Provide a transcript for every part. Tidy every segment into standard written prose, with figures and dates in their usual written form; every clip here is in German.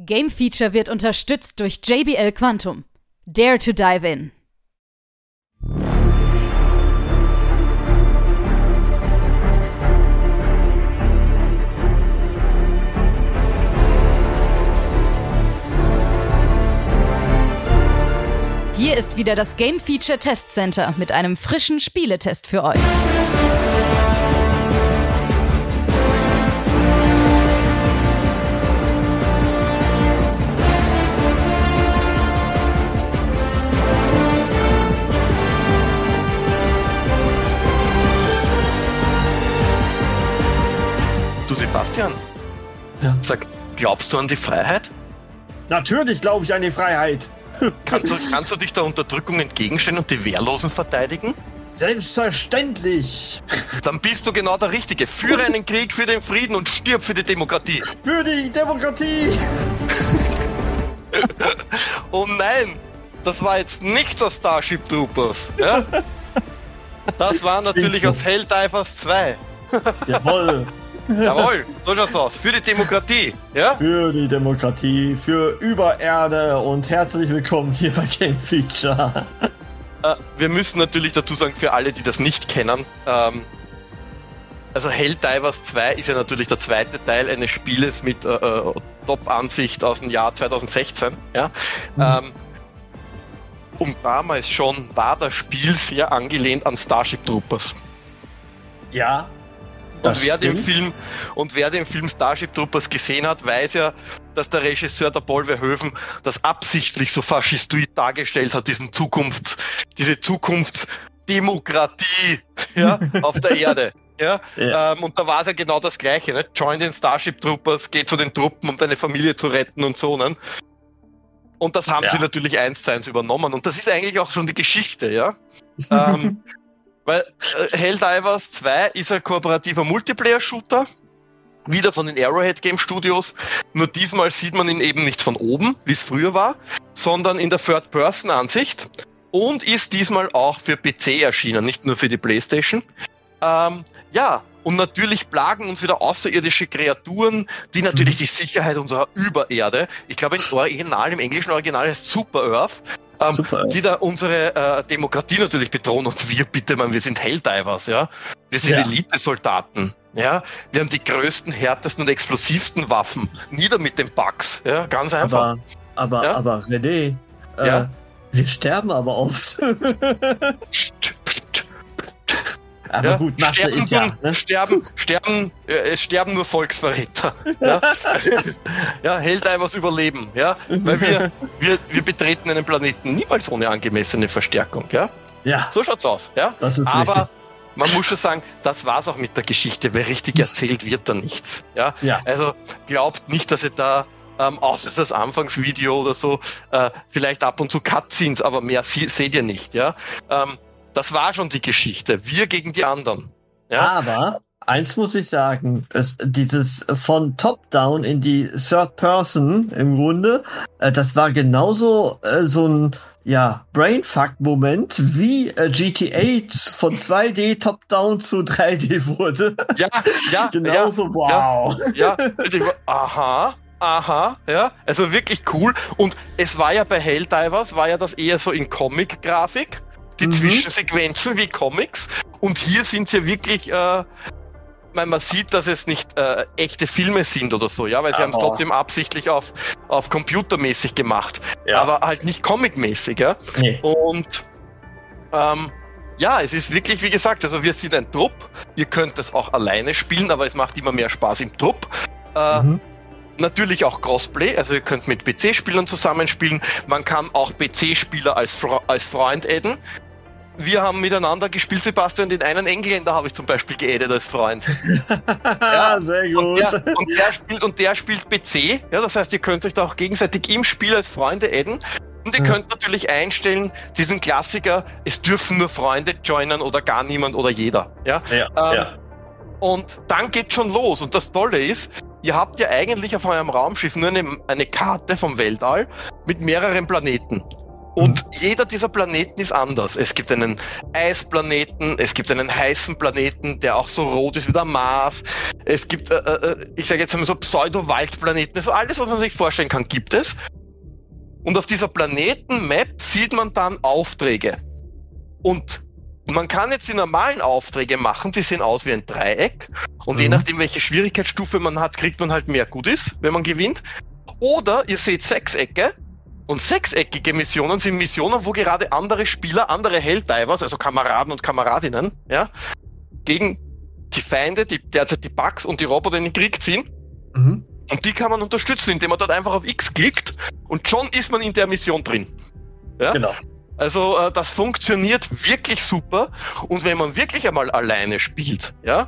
Game Feature wird unterstützt durch JBL Quantum. Dare to dive in. Hier ist wieder das Game Feature Test Center mit einem frischen Spieletest für euch. Du Sebastian, ja. Sag, glaubst du an die Freiheit? Natürlich glaube ich an die Freiheit. Kannst du dich der Unterdrückung entgegenstellen und die Wehrlosen verteidigen? Selbstverständlich. Dann bist du genau der Richtige. Führe einen Krieg für den Frieden und stirb für die Demokratie. Für die Demokratie. Oh nein, das war jetzt nicht aus Starship Troopers. Ja? Das war natürlich aus Helldivers 2. Jawohl. Jawohl, so schaut's aus. Für die Demokratie, ja? Für die Demokratie, für Übererde und herzlich willkommen hier bei Game Feature. Wir müssen natürlich dazu sagen, für alle, die das nicht kennen, also Helldivers 2 ist ja natürlich der zweite Teil eines Spieles mit Top-Ansicht aus dem Jahr 2016, ja? Und damals schon war das Spiel sehr angelehnt an Starship Troopers. Ja. Und wer den Film Starship Troopers gesehen hat, weiß ja, dass der Regisseur, der Paul Verhoeven, das absichtlich so faschistoid dargestellt hat, diese Zukunftsdemokratie, ja, auf der Erde. Ja? Ja. Und da war es ja genau das Gleiche. Ne? Join den Starship Troopers, geh zu den Truppen, um deine Familie zu retten und so. Ne? Und das haben sie natürlich 1:1 übernommen. Und das ist eigentlich auch schon die Geschichte, ja. Weil Helldivers 2 ist ein kooperativer Multiplayer-Shooter, wieder von den Arrowhead Game Studios, nur diesmal sieht man ihn eben nicht von oben, wie es früher war, sondern in der Third-Person-Ansicht und ist diesmal auch für PC erschienen, nicht nur für die PlayStation. Und natürlich plagen uns wieder außerirdische Kreaturen, die natürlich die Sicherheit unserer Übererde, ich glaube im englischen Original heißt Super Earth, die da unsere Demokratie natürlich bedrohen und wir sind Helldivers, ja. Wir sind Elite-Soldaten, ja. Wir haben die größten, härtesten und explosivsten Waffen. Nieder mit den Bugs, ja, ganz einfach. Aber René, wir sterben aber oft. Aber gut, Masse ist ja. Ne? Es sterben nur Volksverräter. Ja, Helldivers überleben, ja. Weil wir betreten einen Planeten niemals ohne angemessene Verstärkung, ja. Ja. So schaut's aus, ja. Das ist aber richtig. Man muss schon sagen, das war's auch mit der Geschichte, weil richtig erzählt wird da nichts. Ja. Also glaubt nicht, dass ihr da außer das Anfangsvideo oder so, vielleicht ab und zu Cutscenes, aber mehr seht ihr nicht, ja. Das war schon die Geschichte. Wir gegen die anderen. Ja? Aber eins muss ich sagen, dieses von Top-Down in die Third Person im Grunde, das war genauso so ein Brainfuck-Moment, wie GTA von 2D Top-Down zu 3D wurde. Ja. Genauso, wow. Ja. Aha, ja. Also wirklich cool. Und es war ja bei Helldivers, das eher so in Comic-Grafik. Die Zwischensequenzen wie Comics. Und hier sind es ja wirklich, man sieht, dass es nicht echte Filme sind oder so, ja, weil sie haben es trotzdem absichtlich auf computermäßig gemacht. Ja. Aber halt nicht comicmäßig, ja. Nee. Und es ist wirklich, wie gesagt, also wir sind ein Trupp. Ihr könnt es auch alleine spielen, aber es macht immer mehr Spaß im Trupp. Natürlich auch Crossplay, also ihr könnt mit PC-Spielern zusammenspielen. Man kann auch PC-Spieler als Freund adden. Wir haben miteinander gespielt, Sebastian, den einen Engländer habe ich zum Beispiel geaddet als Freund. Sehr gut. Und der spielt PC, ja, das heißt, ihr könnt euch da auch gegenseitig im Spiel als Freunde adden. Und ihr könnt natürlich einstellen, diesen Klassiker, es dürfen nur Freunde joinen oder gar niemand oder jeder. Ja? Und dann geht schon los. Und das Tolle ist, ihr habt ja eigentlich auf eurem Raumschiff nur eine Karte vom Weltall mit mehreren Planeten. Und jeder dieser Planeten ist anders. Es gibt einen Eisplaneten, es gibt einen heißen Planeten, der auch so rot ist wie der Mars. Es gibt, ich sage jetzt einmal so Pseudo-Waldplaneten. Also alles, was man sich vorstellen kann, gibt es. Und auf dieser Planeten-Map sieht man dann Aufträge. Und man kann jetzt die normalen Aufträge machen, die sehen aus wie ein Dreieck. Und je nachdem, welche Schwierigkeitsstufe man hat, kriegt man halt mehr Goodies, wenn man gewinnt. Oder ihr seht Sechsecke. Und sechseckige Missionen sind Missionen, wo gerade andere Spieler, andere Helldivers, also Kameraden und Kameradinnen, ja, gegen die Feinde, die derzeit die Bugs und die Roboter in den Krieg ziehen. Und die kann man unterstützen, indem man dort einfach auf X klickt und schon ist man in der Mission drin. Ja? Genau. Also das funktioniert wirklich super. Und wenn man wirklich einmal alleine spielt, ja,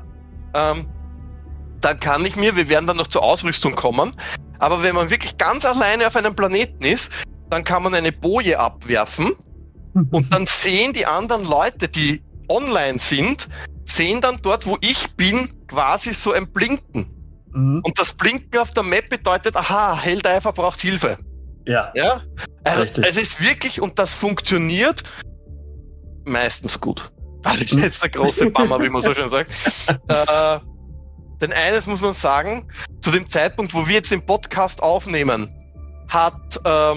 dann kann ich mir, wir werden dann noch zur Ausrüstung kommen, aber wenn man wirklich ganz alleine auf einem Planeten ist, dann kann man eine Boje abwerfen und dann sehen die anderen Leute, die online sind, sehen dann dort, wo ich bin, quasi so ein Blinken. Und das Blinken auf der Map bedeutet, aha, Helldiver braucht Hilfe. Ja. Also, es ist wirklich, und das funktioniert meistens gut. Das ist jetzt der große Bummer, wie man so schön sagt. Denn eines muss man sagen, zu dem Zeitpunkt, wo wir jetzt den Podcast aufnehmen, hat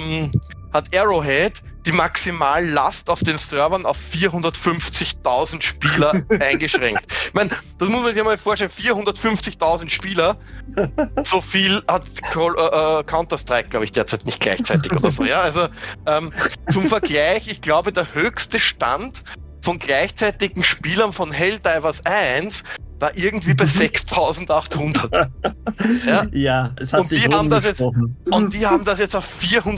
Arrowhead die Maximallast auf den Servern auf 450.000 Spieler eingeschränkt. Ich meine, das muss man sich mal vorstellen, 450.000 Spieler, so viel hat Counter-Strike, glaube ich, derzeit nicht gleichzeitig oder so. Ja, also zum Vergleich, ich glaube, der höchste Stand von gleichzeitigen Spielern von Helldivers 1 war irgendwie bei 6.800. Ja, es hat sich rumgesprochen. Und die haben das jetzt auf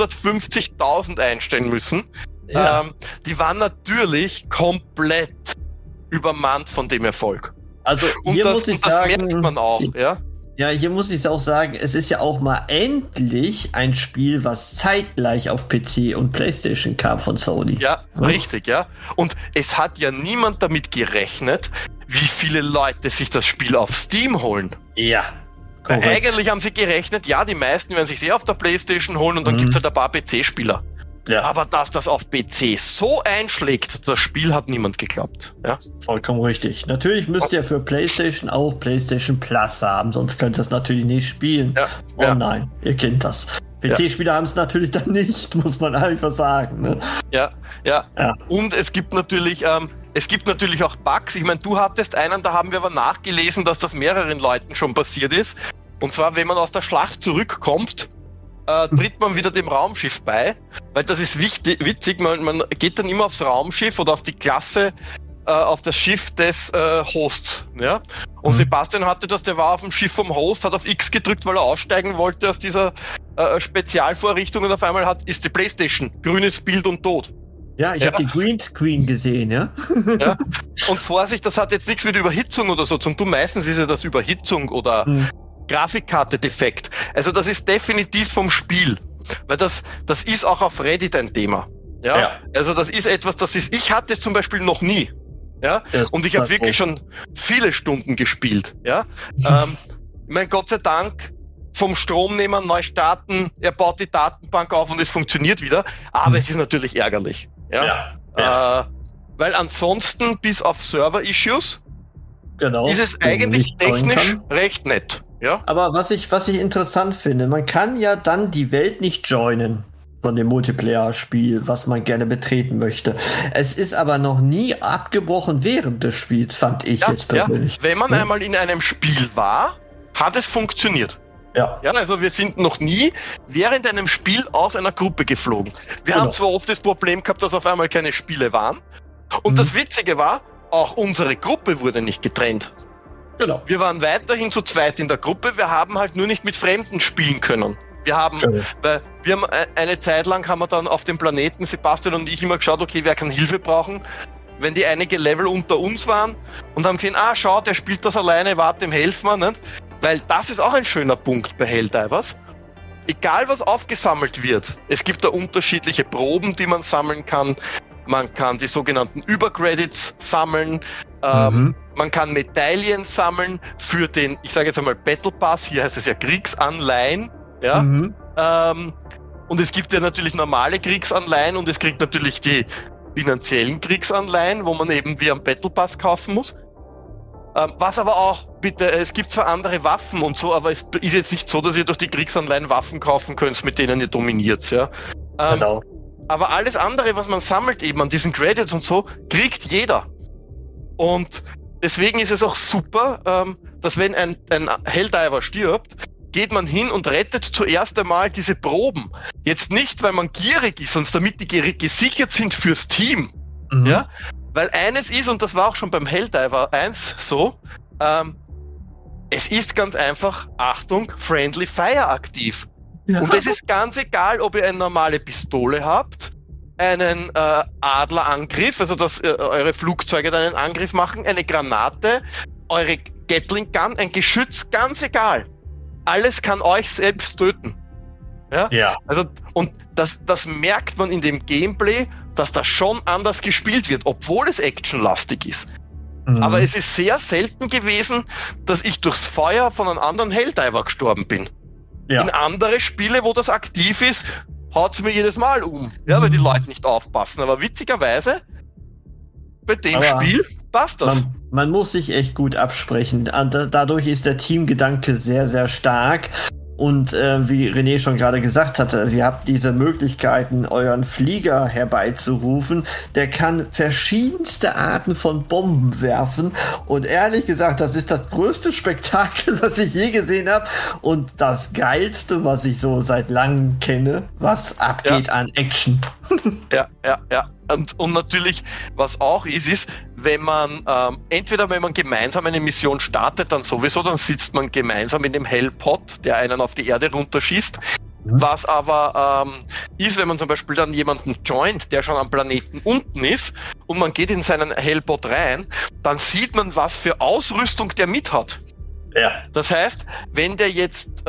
450.000 einstellen müssen. Ja. Die waren natürlich komplett übermannt von dem Erfolg. Also hier muss ich sagen, das merkt man auch, ja. Ja, hier muss ich auch sagen, es ist ja auch mal endlich ein Spiel, was zeitgleich auf PC und PlayStation kam von Sony. Ja, richtig, ja. Und es hat ja niemand damit gerechnet, wie viele Leute sich das Spiel auf Steam holen. Ja. Weil eigentlich haben sie gerechnet, ja, die meisten werden sich auf der PlayStation holen und dann gibt's halt ein paar PC-Spieler. Ja. Aber dass das auf PC so einschlägt, das Spiel hat niemand geglaubt. Ja? Vollkommen richtig. Natürlich müsst ihr für PlayStation auch PlayStation Plus haben, sonst könnt ihr es natürlich nicht spielen. Ja. Nein, ihr kennt das. PC-Spieler haben es natürlich dann nicht, muss man einfach sagen. Ne? Ja. Und es gibt natürlich auch Bugs. Ich meine, du hattest einen, da haben wir aber nachgelesen, dass das mehreren Leuten schon passiert ist. Und zwar, wenn man aus der Schlacht zurückkommt, tritt man wieder dem Raumschiff bei, weil das ist witzig, man geht dann immer aufs Raumschiff oder auf die Klasse, auf das Schiff des Hosts, ja. Und Sebastian hatte das, der war auf dem Schiff vom Host, hat auf X gedrückt, weil er aussteigen wollte aus dieser Spezialvorrichtung und auf einmal ist die PlayStation, grünes Bild und tot. Ja, ich habe die Greenscreen gesehen, ja. Ja. Und Vorsicht, das hat jetzt nichts mit Überhitzung oder so zu tun. Meistens ist ja das Überhitzung oder Grafikkarte defekt. Also das ist definitiv vom Spiel. Weil das ist auch auf Reddit ein Thema. Ja. Also das ist etwas, ich hatte es zum Beispiel noch nie. Ja. Und ich habe wirklich schon viele Stunden gespielt. Ja. Ich meine, Gott sei Dank, vom Strom nehmen, neu starten, er baut die Datenbank auf und es funktioniert wieder. Aber es ist natürlich ärgerlich. Ja. Weil ansonsten, bis auf Server-Issues, ist es eigentlich technisch recht nett. Ja. Aber was ich interessant finde, man kann ja dann die Welt nicht joinen von dem Multiplayer-Spiel, was man gerne betreten möchte. Es ist aber noch nie abgebrochen während des Spiels, fand ich jetzt persönlich. Ja. Wenn man einmal in einem Spiel war, hat es funktioniert. Ja, also wir sind noch nie während einem Spiel aus einer Gruppe geflogen. Wir haben zwar oft das Problem gehabt, dass auf einmal keine Spiele waren. Und das Witzige war, auch unsere Gruppe wurde nicht getrennt. Genau. Wir waren weiterhin zu zweit in der Gruppe, wir haben halt nur nicht mit Fremden spielen können. Wir haben eine Zeit lang haben wir dann auf dem Planeten, Sebastian und ich, immer geschaut, okay, wer kann Hilfe brauchen, wenn die einige Level unter uns waren und haben gesehen, schau, der spielt das alleine, warte, dem helfen wir, nicht? Weil das ist auch ein schöner Punkt bei Helldivers. Egal was aufgesammelt wird, es gibt da unterschiedliche Proben, die man sammeln kann. Man kann die sogenannten Übercredits sammeln. Man kann Medaillen sammeln für den, ich sage jetzt einmal Battle Pass, hier heißt es ja Kriegsanleihen. Ja? Und es gibt ja natürlich normale Kriegsanleihen und es kriegt natürlich die finanziellen Kriegsanleihen, wo man eben wie am Battle Pass kaufen muss. Was aber auch, bitte, es gibt zwar andere Waffen und so, aber es ist jetzt nicht so, dass ihr durch die Kriegsanleihen Waffen kaufen könnt, mit denen ihr dominiert, ja. Genau. Aber alles andere, was man sammelt eben an diesen Credits und so, kriegt jeder. Und deswegen ist es auch super, dass wenn ein Helldiver stirbt, geht man hin und rettet zuerst einmal diese Proben. Jetzt nicht, weil man gierig ist, sondern damit die gesichert sind fürs Team. Mhm. Ja? Weil eines ist, und das war auch schon beim Helldiver 1 so, es ist ganz einfach, Achtung, Friendly Fire aktiv. Ja. Und es ist ganz egal, ob ihr eine normale Pistole habt, einen Adlerangriff, also dass eure Flugzeuge dann einen Angriff machen, eine Granate, eure Gatling Gun, ein Geschütz, ganz egal. Alles kann euch selbst töten. Ja? Ja. Also, und das merkt man in dem Gameplay, dass das schon anders gespielt wird, obwohl es actionlastig ist. Mhm. Aber es ist sehr selten gewesen, dass ich durchs Feuer von einem anderen Helldiver gestorben bin. Ja. In andere Spiele, wo das aktiv ist, haut's mir jedes Mal um, ja, weil die Leute nicht aufpassen. Aber witzigerweise, bei dem Spiel passt das. Man muss sich echt gut absprechen. Dadurch ist der Teamgedanke sehr, sehr stark. Und wie René schon gerade gesagt hatte, ihr habt diese Möglichkeiten, euren Flieger herbeizurufen. Der kann verschiedenste Arten von Bomben werfen. Und ehrlich gesagt, das ist das größte Spektakel, was ich je gesehen habe. Und das Geilste, was ich so seit langem kenne, was abgeht an Action. Ja. Und natürlich, was auch ist, wenn man, entweder wenn man gemeinsam eine Mission startet, dann sowieso, dann sitzt man gemeinsam in dem Hellpot, der einen auf die Erde runterschießt. Mhm. Was aber ist, wenn man zum Beispiel dann jemanden joint, der schon am Planeten unten ist und man geht in seinen Hellpot rein, dann sieht man, was für Ausrüstung der mit hat. Ja. Das heißt, wenn der jetzt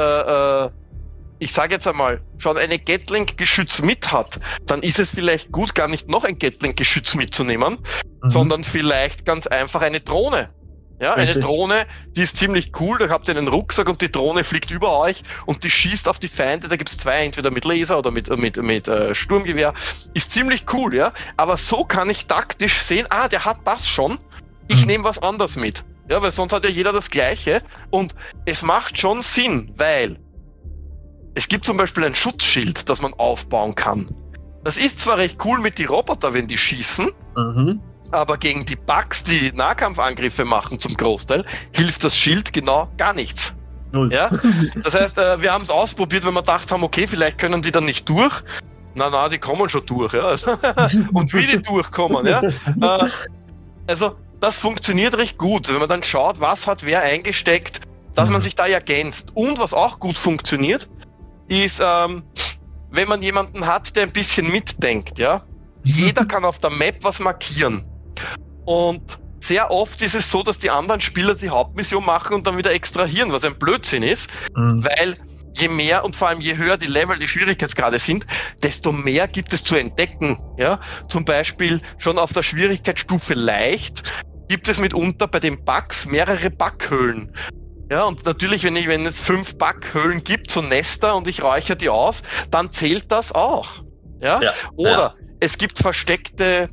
ich sage jetzt einmal, schon eine Gatling-Geschütz mit hat, dann ist es vielleicht gut, gar nicht noch ein Gatling-Geschütz mitzunehmen, sondern vielleicht ganz einfach eine Drohne. Ja, richtig. Eine Drohne, die ist ziemlich cool, da habt ihr einen Rucksack und die Drohne fliegt über euch und die schießt auf die Feinde, da gibt's zwei, entweder mit Laser oder mit Sturmgewehr, ist ziemlich cool, ja, aber so kann ich taktisch sehen, der hat das schon, ich nehme was anderes mit, ja, weil sonst hat ja jeder das Gleiche und es macht schon Sinn, weil es gibt zum Beispiel ein Schutzschild, das man aufbauen kann. Das ist zwar recht cool mit die Roboter, wenn die schießen, aber gegen die Bugs, die Nahkampfangriffe machen zum Großteil, hilft das Schild genau gar nichts. Null. Ja? Das heißt, wir haben es ausprobiert, weil wir gedacht haben, okay, vielleicht können die dann nicht durch. Na, die kommen schon durch. Ja? Und wie die durchkommen. Ja? Also das funktioniert recht gut, wenn man dann schaut, was hat wer eingesteckt, dass man sich da ergänzt. Und was auch gut funktioniert, ist, wenn man jemanden hat, der ein bisschen mitdenkt, ja. Jeder kann auf der Map was markieren. Und sehr oft ist es so, dass die anderen Spieler die Hauptmission machen und dann wieder extrahieren, was ein Blödsinn ist, weil je mehr und vor allem je höher die Level, die Schwierigkeitsgrade sind, desto mehr gibt es zu entdecken, ja. Zum Beispiel schon auf der Schwierigkeitsstufe leicht gibt es mitunter bei den Bugs mehrere Bughöhlen. Ja, und natürlich, wenn es 5 Bughöhlen gibt, so Nester, und ich räuchere die aus, dann zählt das auch. Ja? Oder es gibt versteckte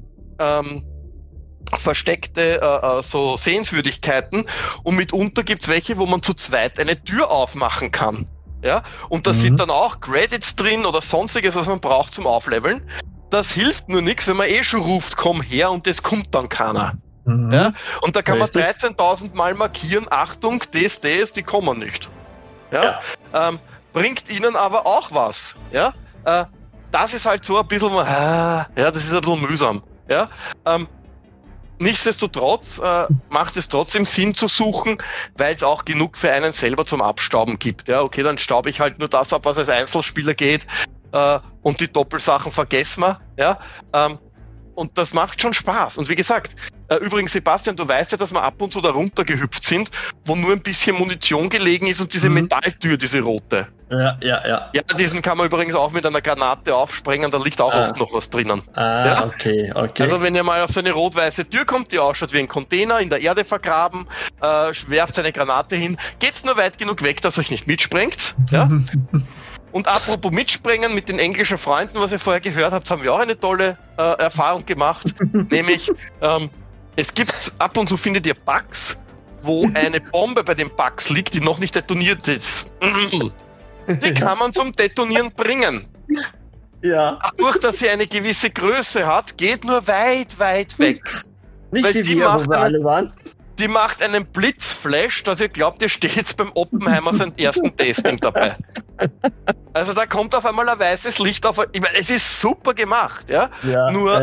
so Sehenswürdigkeiten und mitunter gibt's welche, wo man zu zweit eine Tür aufmachen kann. Ja? Und da sind dann auch Credits drin oder sonstiges, was man braucht zum Aufleveln. Das hilft nur nichts, wenn man schon ruft, komm her, und es kommt dann keiner. Ja? Und da kann man 13.000 Mal markieren, Achtung, die kommen nicht. Ja? Bringt ihnen aber auch was. Ja? Das ist halt so ein bisschen, das ist ein bisschen mühsam. Ja? Nichtsdestotrotz macht es trotzdem Sinn zu suchen, weil es auch genug für einen selber zum Abstauben gibt. Ja? Okay, dann staube ich halt nur das ab, was als Einzelspieler geht, und die Doppelsachen vergessen wir. Ja? Und das macht schon Spaß. Und wie gesagt, übrigens, Sebastian, du weißt ja, dass wir ab und zu da runtergehüpft sind, wo nur ein bisschen Munition gelegen ist und diese Metalltür, diese rote. Ja. Ja, diesen kann man übrigens auch mit einer Granate aufsprengen, da liegt auch oft noch was drinnen. Okay. Also wenn ihr mal auf so eine rot-weiße Tür kommt, die ausschaut wie ein Container, in der Erde vergraben, werft eine Granate hin, geht's nur weit genug weg, dass euch nicht mitsprengt. Ja? Und apropos Mitspringen mit den englischen Freunden, was ihr vorher gehört habt, haben wir auch eine tolle Erfahrung gemacht. Nämlich, es gibt ab und zu findet ihr Bugs, wo eine Bombe bei den Bugs liegt, die noch nicht detoniert ist. Die kann man zum Detonieren bringen. Ja. Durch, dass sie eine gewisse Größe hat, geht nur weit, weit weg. Nicht Weil wie die wir, wo wir alle waren. Die macht einen Blitzflash, dass ihr glaubt, ihr steht jetzt beim Oppenheimer seinem ersten Testing dabei. Also da kommt auf einmal ein weißes Licht auf. Ich meine, es ist super gemacht, ja. Nur,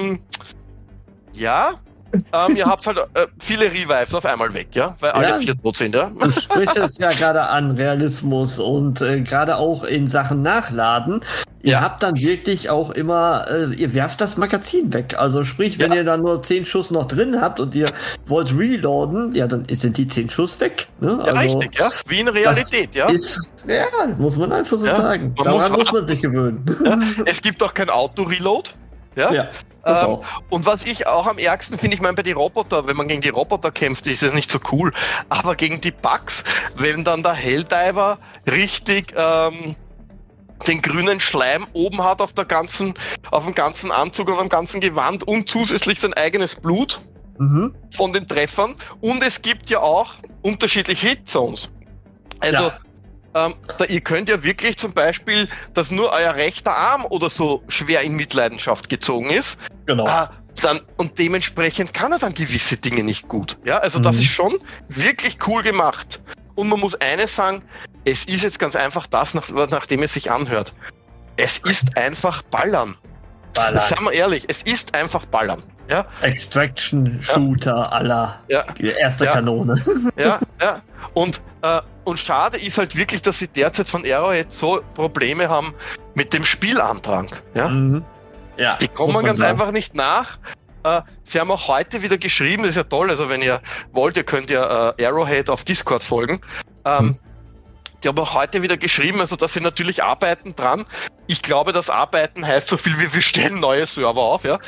ihr habt halt viele Revives auf einmal weg, ja, weil alle 4 tot sind, ja. Du sprichst es ja gerade an, Realismus und gerade auch in Sachen Nachladen. Ihr habt dann wirklich auch immer, ihr werft das Magazin weg. Also sprich, wenn ihr dann nur 10 Schuss noch drin habt und ihr wollt reloaden, ja, dann sind die 10 Schuss weg. Ne? Ja, also, richtig, ja. Wie in Realität, ja. Muss man einfach so sagen. Daran muss man sich gewöhnen. Ja. Es gibt auch kein Auto-Reload. Ja. Das auch. Und was ich auch am ärgsten finde, ich meine, bei den Roboter, wenn man gegen die Roboter kämpft, ist es nicht so cool. Aber gegen die Bugs, wenn dann der Helldiver richtig den grünen Schleim oben hat auf dem ganzen Anzug und am ganzen Gewand und zusätzlich sein eigenes Blut von den Treffern. Und es gibt ja auch unterschiedliche Hitzones. Also ihr könnt ja wirklich zum Beispiel, dass nur euer rechter Arm oder so schwer in Mitleidenschaft gezogen ist. Genau. Und dementsprechend kann er dann gewisse Dinge nicht gut. Ja, also das ist schon wirklich cool gemacht. Und man muss eines sagen, es ist jetzt ganz einfach das, nachdem es sich anhört. Es ist einfach Ballern. Seien wir ehrlich, es ist einfach Ballern. Ja? Extraction-Shooter à la erste Kanone. Ja. Und schade ist halt wirklich, dass sie derzeit von Arrowhead so Probleme haben mit dem Spielandrang. Ja? Ja, die kommen ganz einfach nicht nach. Sie haben auch heute wieder geschrieben, das ist ja toll, also wenn ihr wollt, ihr könnt ja Arrowhead auf Discord folgen. Die haben auch heute wieder geschrieben, also dass sie natürlich arbeiten dran. Ich glaube, das Arbeiten heißt so viel wie wir stellen neue Server auf, ja.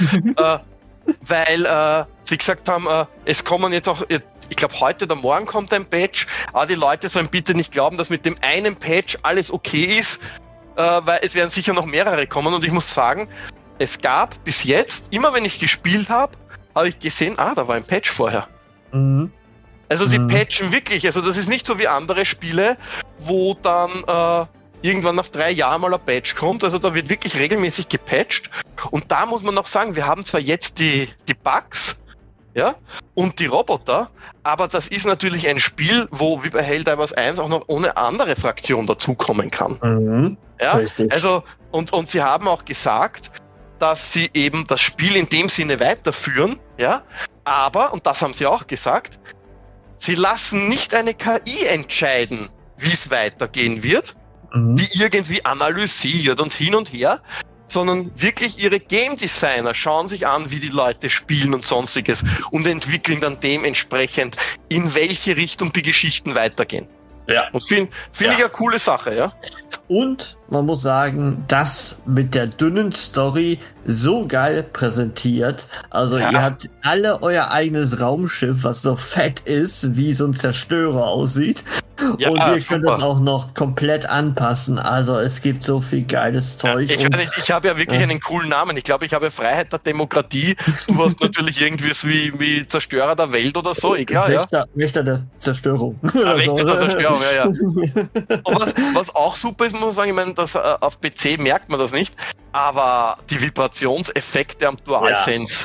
Weil sie gesagt haben, es kommen jetzt auch, ich glaube heute oder morgen kommt ein Patch, aber die Leute sollen bitte nicht glauben, dass mit dem einen Patch alles okay ist, weil es werden sicher noch mehrere kommen und ich muss sagen, es gab bis jetzt, immer wenn ich gespielt habe ich gesehen, da war ein Patch vorher. Also sie patchen wirklich, also das ist nicht so wie andere Spiele, wo dann irgendwann nach 3 Jahren mal ein Patch kommt, also da wird wirklich regelmäßig gepatcht und da muss man noch sagen, wir haben zwar jetzt die Bugs, ja, und die Roboter, aber das ist natürlich ein Spiel, wo wie bei Helldivers 1 auch noch ohne andere Fraktion dazukommen kann. Ja, richtig. Also und sie haben auch gesagt, dass sie eben das Spiel in dem Sinne weiterführen, ja, aber, und das haben sie auch gesagt, sie lassen nicht eine KI entscheiden, wie es weitergehen wird, die irgendwie analysiert und hin und her, sondern wirklich ihre Game Designer schauen sich an, wie die Leute spielen und sonstiges und entwickeln dann dementsprechend, in welche Richtung die Geschichten weitergehen. Ja. Und finde ich eine coole Sache, ja. Und man muss sagen, das mit der dünnen Story so geil präsentiert. Also ihr habt alle euer eigenes Raumschiff, was so fett ist, wie so ein Zerstörer aussieht. Ja, und ihr könnt das auch noch komplett anpassen. Also es gibt so viel geiles Zeug. Ich habe ja wirklich einen coolen Namen. Ich glaube, ich habe Freiheit der Demokratie. Du hast natürlich irgendwie wie Zerstörer der Welt oder so. Wächter der Zerstörung. Wächter der Zerstörung, ja. Und was auch super ist, muss man sagen, ich meine, auf PC merkt man das nicht, aber die Vibrationseffekte am DualSense,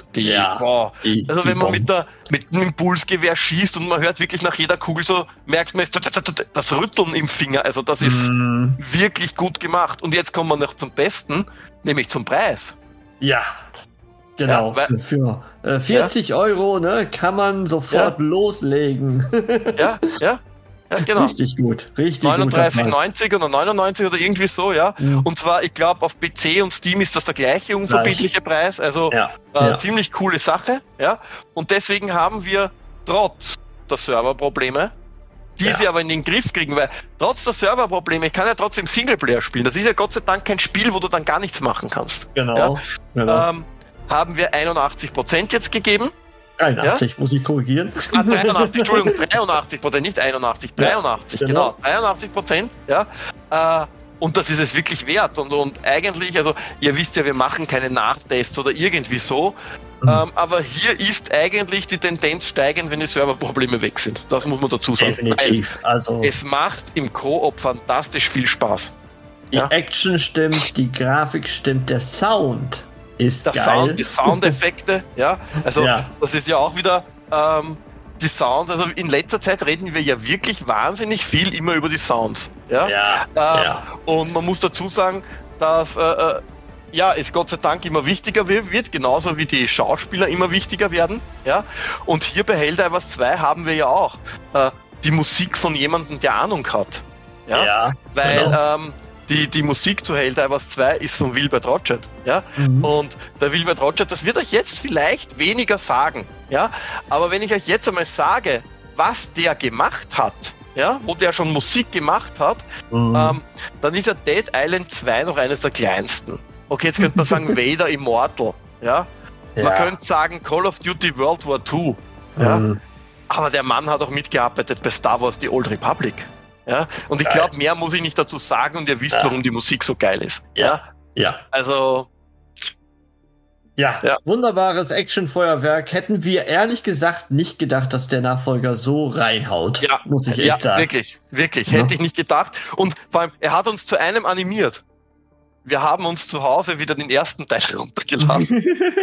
also wenn man mit dem Impulsgewehr schießt und man hört wirklich nach jeder Kugel so, merkt man das Rütteln im Finger, also das ist wirklich gut gemacht. Und jetzt kommen wir noch zum Besten, nämlich zum Preis. Ja, genau, für 40 Euro, ne, kann man sofort loslegen. Ja, genau. Richtig gut. 39,90 oder 99 oder irgendwie so, ja. Und zwar, ich glaube, auf PC und Steam ist das der gleiche unverbindliche Preis, also ziemlich coole Sache, ja. Und deswegen haben wir trotz der Serverprobleme, die sie aber in den Griff kriegen, weil trotz der Serverprobleme, ich kann ja trotzdem Singleplayer spielen. Das ist ja Gott sei Dank kein Spiel, wo du dann gar nichts machen kannst. Genau. Haben wir 81% jetzt gegeben. 83 muss ich korrigieren. 83, Entschuldigung, 83%, nicht 81, 83, genau, 83%, ja. Und das ist es wirklich wert. Und eigentlich, also ihr wisst ja, wir machen keine Nachtests oder irgendwie so. Aber hier ist eigentlich die Tendenz steigend, wenn die Serverprobleme weg sind. Das muss man dazu sagen. Definitiv. Also es macht im Koop fantastisch viel Spaß. Die Action stimmt, die Grafik stimmt, der Sound ist geil. Sound, die Soundeffekte, ja. Also das ist ja auch wieder die Sounds. Also in letzter Zeit reden wir ja wirklich wahnsinnig viel immer über die Sounds. Und man muss dazu sagen, dass es Gott sei Dank immer wichtiger wird, genauso wie die Schauspieler immer wichtiger werden. Ja? Und hier bei Helldivers 2 haben wir ja auch die Musik von jemandem, der Ahnung hat. Ja? Weil die Musik zu Helldivers 2 ist von Wilbert Rotschert. Ja? Und der Wilbert Rotschert, das wird euch jetzt vielleicht weniger sagen. Ja? Aber wenn ich euch jetzt einmal sage, was der gemacht hat, ja, wo der schon Musik gemacht hat, dann ist ja Dead Island 2 noch eines der kleinsten. Okay, jetzt könnte man sagen Vader Immortal, ja? Man könnte sagen Call of Duty World War II, ja? Aber der Mann hat auch mitgearbeitet bei Star Wars The Old Republic, ja? Und ich glaube, mehr muss ich nicht dazu sagen und ihr wisst, warum die Musik so geil ist. Ja. Also... Ja, wunderbares Actionfeuerwerk. Hätten wir ehrlich gesagt nicht gedacht, dass der Nachfolger so reinhaut. Ja, muss ich echt sagen. Wirklich. Hätte ich nicht gedacht. Und vor allem, er hat uns zu einem animiert. Wir haben uns zu Hause wieder den ersten Teil runtergeladen.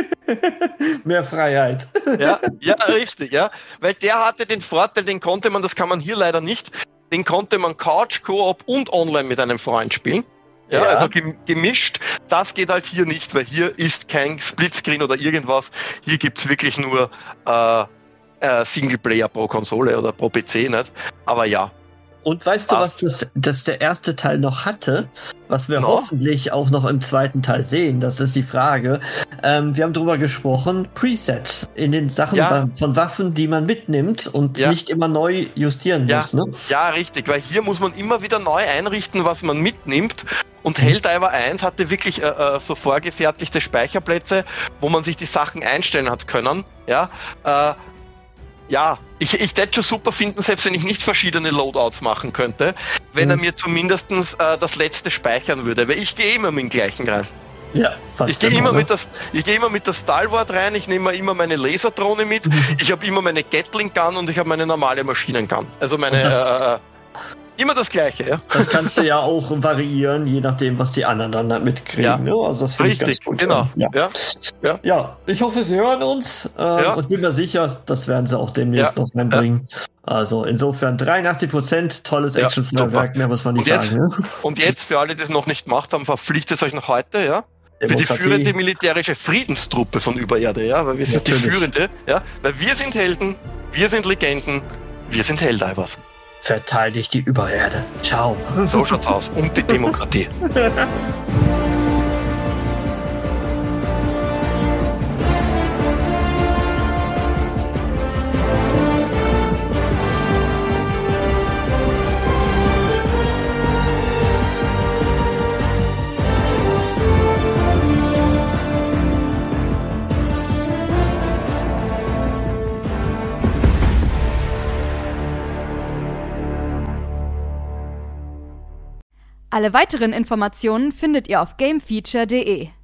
Mehr Freiheit. Ja, richtig, ja. Weil der hatte den Vorteil, den konnte man, das kann man hier leider nicht, den konnte man Couch, Koop und online mit einem Freund spielen. Ja, also gemischt. Das geht halt hier nicht, weil hier ist kein Splitscreen oder irgendwas. Hier gibt's wirklich nur Singleplayer pro Konsole oder pro PC, nicht? Aber ja. Und weißt du, was das der erste Teil noch hatte, was wir hoffentlich auch noch im zweiten Teil sehen? Das ist die Frage. Wir haben drüber gesprochen, Presets in den Sachen von Waffen, die man mitnimmt und nicht immer neu justieren muss. Ne? Ja, richtig, weil hier muss man immer wieder neu einrichten, was man mitnimmt. Und Helldiver 1 hatte wirklich so vorgefertigte Speicherplätze, wo man sich die Sachen einstellen hat können. Ich hätte schon super finden, selbst wenn ich nicht verschiedene Loadouts machen könnte, wenn er mir zumindest das letzte speichern würde, weil ich gehe immer mit dem gleichen rein. Ja, fast ich gehe immer mit der Stalwart rein, ich nehme immer meine Laserdrohne mit, ich habe immer meine Gatling Gun und ich habe meine normale Maschinengun. Also meine immer das Gleiche, ja. Das kannst du ja auch variieren, je nachdem, was die anderen dann mitkriegen. Ja. Ne? Also das finde ich ganz gut. Genau. Ja, ich hoffe, sie hören uns und bin mir sicher, das werden sie auch demnächst noch reinbringen. Also insofern 83%, tolles Actionfeuerwerk, mehr muss man nicht sagen. Ja? Und jetzt, für alle, die es noch nicht gemacht haben, verpflichtet es euch noch heute, ja? Für die führende militärische Friedenstruppe von Übererde, ja? Weil wir sind die führende, ja? Weil wir sind Helden, wir sind Legenden, wir sind Helldivers. Verteidigt die Übererde. Ciao. So schaut's aus. Und die Demokratie. Alle weiteren Informationen findet ihr auf gamefeature.de.